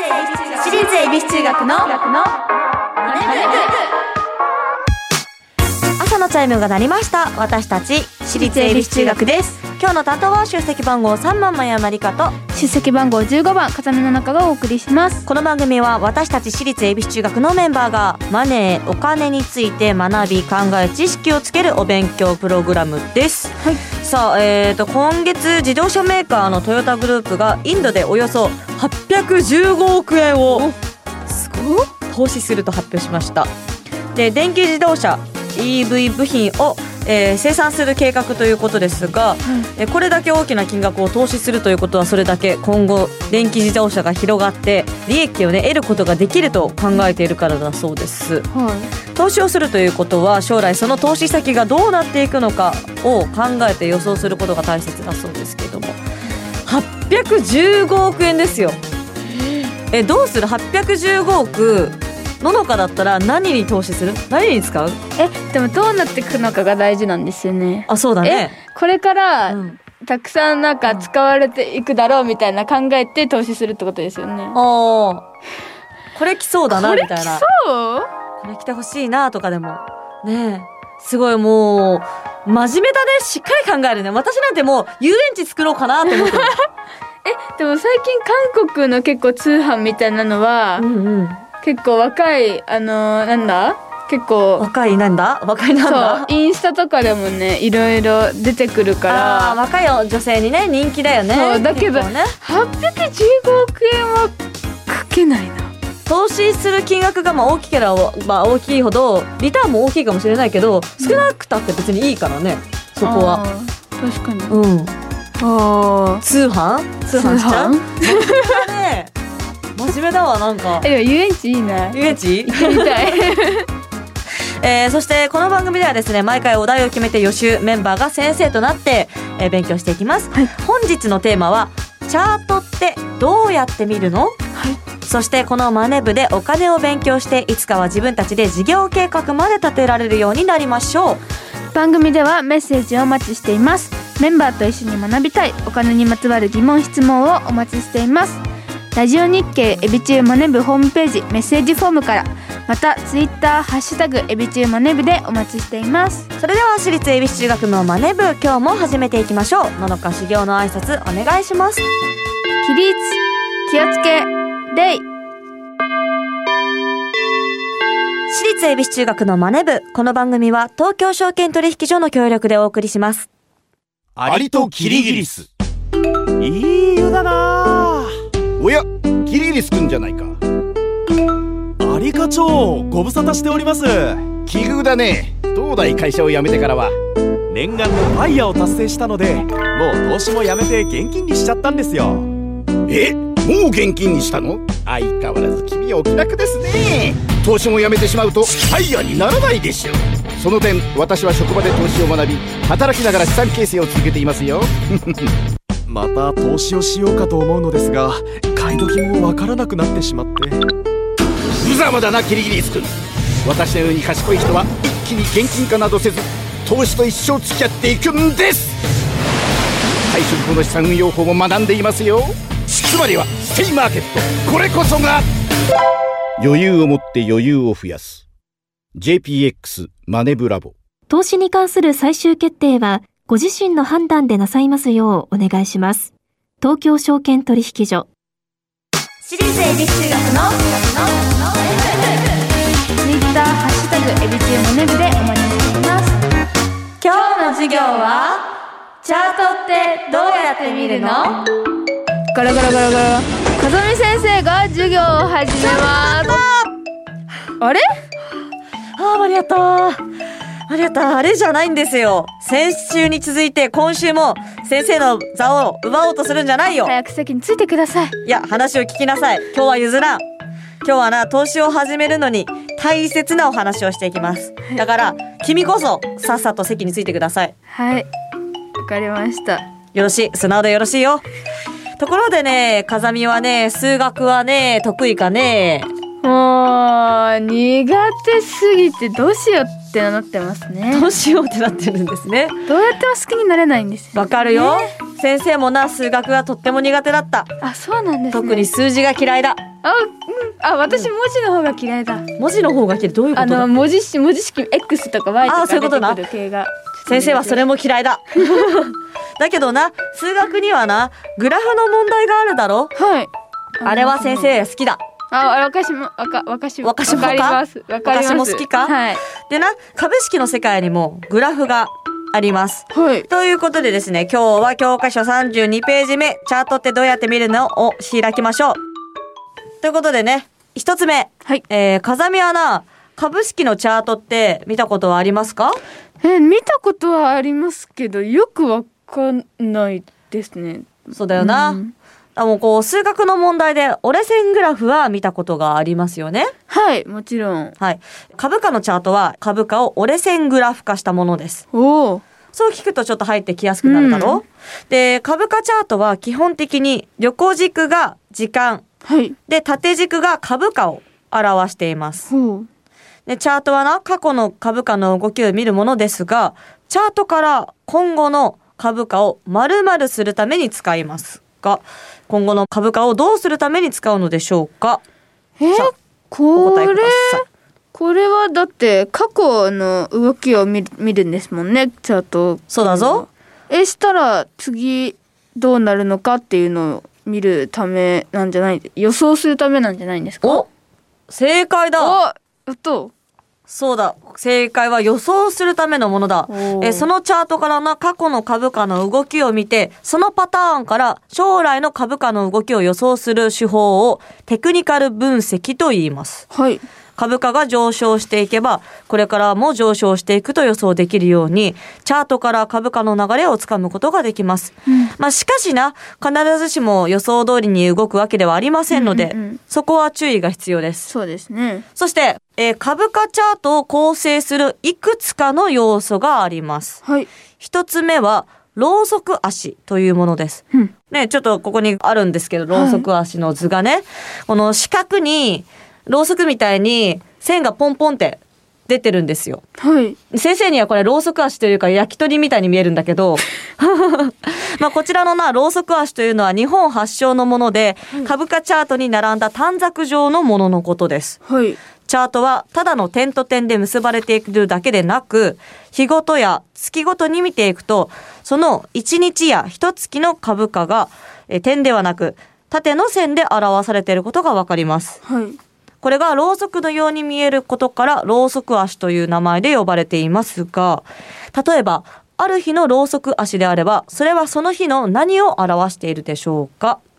私立恵比寿中学のマネ朝のチャイムが鳴りました。私たち私立恵比寿中学です。今日の担当は出席番号3番真山理香と出席番号15番風見の中がお送りします。 この番組は私たち私立恵比寿中学のメンバーがマネー、お金について学び考え知識をつけるお勉強プログラムです、はい、さあ、今月自動車メーカーのトヨタグループがインドでおよそ815億円を投資すると発表しました。で、電気自動車 EV 部品を生産する計画ということですが、これだけ大きな金額を投資するということはそれだけ今後電気自動車が広がって利益を、得ることができると考えているからだそうです、投資をするということは将来その投資先がどうなっていくのかを考えて予想することが大切だそうですけれども、815億円ですよ。どうする815億ののかだったら何に投資する？何に使う？ でもどうなっていくのかが大事なんですよね。 あ、そうだね。 これから、たくさんなんか使われていくだろうみたいな考えて投資するってことですよね。 これ来そうだなみたいな。 これ来そう？ これ来てほしいなとかでもね。すごいもう真面目だね。しっかり考えるね。私なんてもう遊園地作ろうかなって思ってる。 でも最近韓国の結構通販みたいなのは、結構若い結構若いなんだそうインスタとかでもねいろいろ出てくるから、 若い女性にね人気だよね。 そうだけど、ね、815億円はかけないな。 投資する金額が大きければ、大きいほどリターンも大きいかもしれないけど、少なくたって別にいいからね、そこは。 確かに。 通販しちゃう？ね、真面目だわ。なんか遊園地いいな。 遊園地行ってみたい。 そしてこの番組ではですね、毎回お題を決めて予習、メンバーが先生となって、勉強していきます、本日のテーマはチャートってどうやって見るの？そしてこのマネ部でお金を勉強していつかは自分たちで事業計画まで立てられるようになりましょう。 番組ではメッセージをお待ちしています。メンバーと一緒に学びたいお金にまつわる疑問質問をお待ちしています。ラジオ日経エビチューマネ部ホームページメッセージフォームから、またツイッターハッシュタグエビチューマネ部でお待ちしています。 それでは私立恵比寿中学のマネ部、今日も始めていきましょう。ののか修行の挨拶お願いします。 起立、気をつけ、礼。 私立恵比寿中学のマネ部、この番組は東京証券取引所の協力でお送りします。 アリとキリギリス、いい湯だな。 おや、キリギリスくんじゃないか。 アリ課長、ご無沙汰しております。 奇遇だね。東大会社を辞めてからは念願のファイヤーを達成したので、もう投資もやめて現金にしちゃったんですよ。 もう現金にしたの？相変わらず君はお気楽ですね。投資もやめてしまうとファイヤーにならないでしょう。その点、私は職場で投資を学び、働きながら資産形成を続けていますよ。 また投資をしようかと思うのですが、買い時もわからなくなってしまって。 無様だなキリギリス君。私のように賢い人は一気に現金化などせず、投資と一生付き合っていくんです。退職後の資産運用法も学んでいますよ。つまりはステイマーケット、これこそが余裕を持って余裕を増やす JPX マネブラボ。 投資に関する最終決定はご自身の判断でなさいますようお願いします。東京証券取引所。 私立恵比寿中学のツイッターハッシュタグエビチューマネ部でお待ちしています。 今日の授業はチャートってどうやって見るの？ ガラガラガラガラ、風見先生が授業を始めます。あれ？ 間に合った。あれじゃないんですよ。先週に続いて今週も先生の座を奪おうとするんじゃないよ。 早く席についてください。 いや、話を聞きなさい。今日は譲らん。今日はな、投資を始めるのに大切なお話をしていきます。だから君こそさっさと席についてください。 はい、わかりました。 よろしい。素直でよろしいよ。ところでね、風見はね、数学はね、得意かね？ もう苦手すぎてどうしようっってなってますね。 どうしようってなってるんですね。 どうやっても好きになれないんですよ。 わかるよ、先生もな数学がとっても苦手だった。 あ、そうなんですね。 特に数字が嫌いだ。 私文字の方が嫌いだ。 文字の方が嫌い。どういうことだ。 文字式 X とか Y とかそういうことな出てくる系が。 先生はそれも嫌いだだけどな、数学にはなグラフの問題があるだろ。 はい。 あれは先生が好きだ。 私も好きか。 はい。 でな、株式の世界にもグラフがあります。 はい。 ということでですね、今日は教科書32ページ目、チャートってどうやって見るのを開きましょう。ということでね、一つ目。 はい。 風見はな、株式のチャートって見たことはありますか？ 見たことはありますけど、よくわかんないですね。 そうだよな。もうこう数学の問題で折れ線グラフは見たことがありますよね。 はい、もちろん。 はい。株価のチャートは株価を折れ線グラフ化したものです。 おお。 そう聞くとちょっと入ってきやすくなるだろう。で、株価チャートは基本的に横軸が時間、 はい。 で縦軸が株価を表しています。で、チャートはな、過去の株価の動きを見るものですが、チャートから今後の株価を丸々するために使いますが、今後の株価をどうするために使うのでしょうか。さあ、お答えください。 これはだって過去の動きを見るんですもんね、チャート。 そうだぞ。 したら次どうなるのかっていうのを見るためなんじゃない、予想するためなんじゃないんですか。 お、正解だ。そうだ、正解は予想するためのものだ。そのチャートからの過去の株価の動きを見て、そのパターンから将来の株価の動きを予想する手法をテクニカル分析と言います。 はい。 株価が上昇していけば、これからも上昇していくと予想できるように、チャートから株価の流れをつかむことができます。しかしな、必ずしも予想通りに動くわけではありませんので、そこは注意が必要です。 そうですね。 そして、株価チャートを構成するいくつかの要素があります。 はい。 一つ目は、ロウソク足というものです。ね、ちょっとここにあるんですけど、ロウソク足の図がね、この四角に、ろうそくみたいに線がポンポンって出てるんですよ。 はい。 先生にはこれろうそく足というか焼き鳥みたいに見えるんだけどこちらのろうそく足というのは日本発祥のもので、株価チャートに並んだ短冊状のもののことです。 はい。 チャートはただの点と点で結ばれているだけでなく、日ごとや月ごとに見ていくと、その1日や1月の株価が点ではなく縦の線で表されていることがわかります。 はい。 これがろうそくのように見えることからろうそく足という名前で呼ばれていますが、例えばある日のろうそく足であれば、それはその日の何を表しているでしょうか。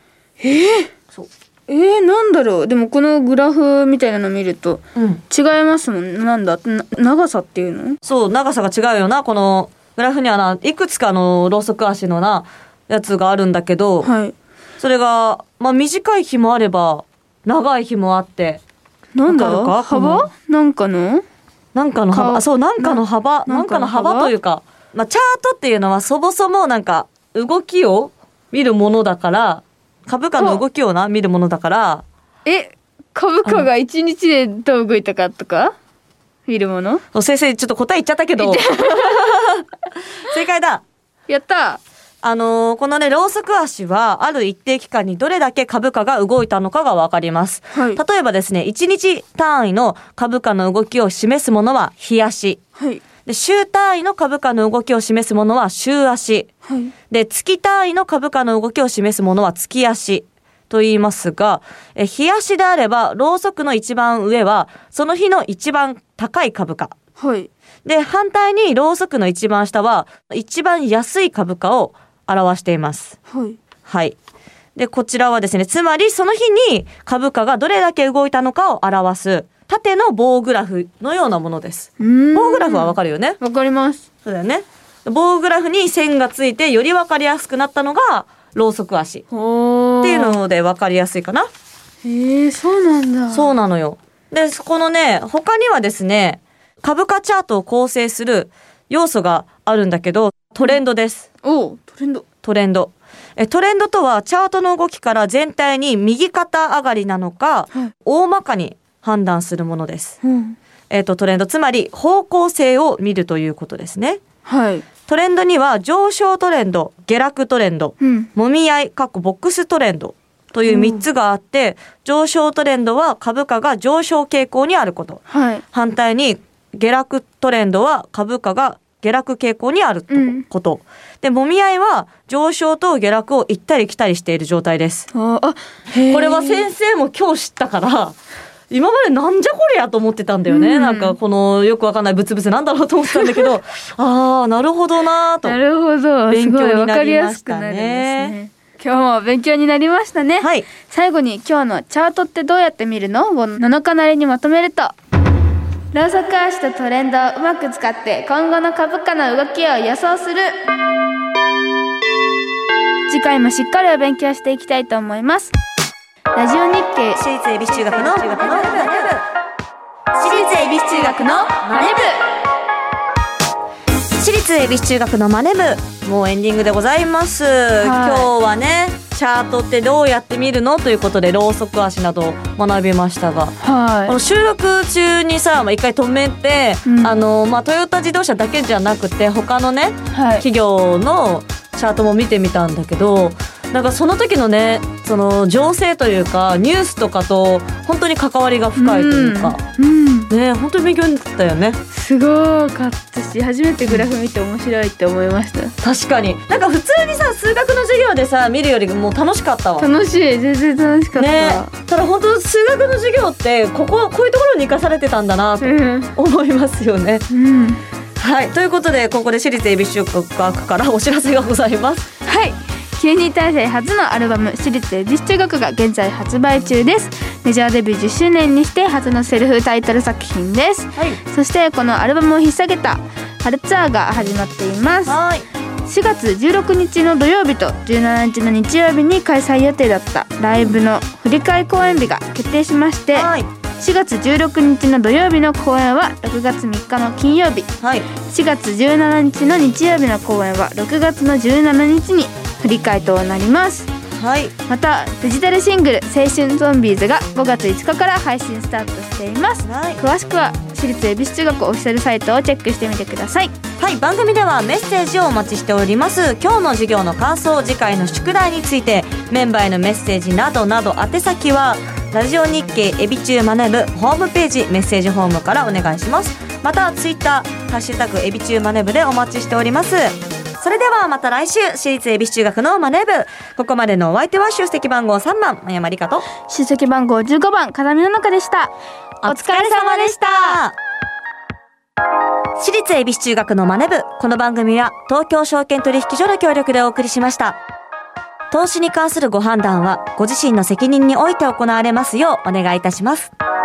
なんだろう。でもこのグラフみたいなの見ると違いますもん。なんだ、長さっていうの？ そう、長さが違うよな。このグラフにはないくつかのろうそく足のやつがあるんだけど、 はい、 それが短い日もあれば長い日もあって、 なんだ幅？なんかの幅、そう、なんかの幅というか、チャートっていうのはそもそも動きを見るものだから、株価の動きを見るものだから、 株価が1日でどう動いたかとか見るもの？ 先生ちょっと答え言っちゃったけど正解だ。 やった。 このね、ろうそく足はある一定期間にどれだけ株価が動いたのかがわかります。 はい、 例えばですね、1日単位の株価の動きを示すものは日足。 はい、 で、週単位の株価の動きを示すものは週足。 はい、 で、月単位の株価の動きを示すものは月足と言いますが、日足であれば、ろうそくの一番上はその日の一番高い株価。 はい。で、 反対にろうそくの一番下は一番安い株価を表しています。 はい。 はい。で、こちらはですね、つまりその日に株価がどれだけ動いたのかを表す縦の棒グラフのようなものです。棒グラフはわかるよね？ わかります。 そうだよね。棒グラフに線がついてよりわかりやすくなったのがろうそく足っていうのでわかりやすいかな。 そうなんだ。 そうなのよ。で、このね、他にはですね、株価チャートを構成する要素があるんだけど、トレンドです。 トレンドとはチャートの動きから全体に右肩上がりなのか、大まかに判断するものです。 トレンド、つまり方向性を見るということですね。 はい。 トレンドには上昇トレンド、下落トレンド、もみ合いボックストレンドという3つがあって、上昇トレンドは株価が上昇傾向にあること、 はい、 反対に下落トレンドは株価が下落傾向にあること、でもみ合いは上昇と下落を行ったり来たりしている状態です。これは先生も今日知ったから今までなんじゃこりゃと思ってたんだよね、なんかこのよくわかんないブツブツなんだろうと思ってたんだけどああなるほどなと。 なるほど、 勉強になりましたね。 すごいわかりやすくなるんですね。今日も勉強になりましたね、はい、最後に今日のチャートってどうやって見るのを7日なりにまとめると、ローソク足とトレンドをうまく使って今後の株価の動きを予想する。次回もしっかりお勉強していきたいと思います。ラジオ日経私立恵比寿中学のマネ部、 私立恵比寿中学のマネ部、私立恵比寿中学のマネ部、もうエンディングでございます、今日はねチャートってどうやって見るのということでローソク足など学びましたが、この収録中にさ、一回止めて、トヨタ自動車だけじゃなくて他のね、企業のチャートも見てみたんだけど、なんかその時のねその情勢というかニュースとかと本当に関わりが深いというか、ね、本当に勉強になったよね。 すごかったし、初めてグラフ見て面白いって思いました。 確かになんか普通にさ数学の授業でさ見るよりも楽しかったわ。 楽しい、全然楽しかった、 ね、ただ本当数学の授業ってこういうところに生かされてたんだなと思いますよね、はい、ということでここで私立恵比寿中学からお知らせがございます。 はい、9人体制初のアルバム私立恵比寿中学が現在発売中です。メジャーデビュー10周年にして初のセルフタイトル作品です、そしてこのアルバムを引っ提げた春ツアーが始まっています。4月16日の土曜日と17日の日曜日に開催予定だったライブの振り替え公演日が決定しまして、4月16日の土曜日の公演は6月3日の金曜日、4月17日の日曜日の公演は6月の17日に振り替えとなります。またデジタルシングル青春ゾンビーズが5月5日から配信スタートしています、詳しくは私立恵比寿中学オフィシャルサイトをチェックしてみてください。 はい、番組ではメッセージをお待ちしております。今日の授業の感想、次回の宿題についてメンバーへのメッセージなどなど、宛先はラジオ日経エビ中マネ部ホームページメッセージフォームからお願いします。またツイッターハッシュタグエビ中マネ部でお待ちしております。それではまた来週、私立恵比寿中学のマネ部、ここまでのお相手は出席番号3番真山理香と出席番号15番風見の中でした。 お疲れ様でした。私立恵比寿中学のマネ部、この番組は東京証券取引所の協力でお送りしました。投資に関するご判断はご自身の責任において行われますようお願いいたします。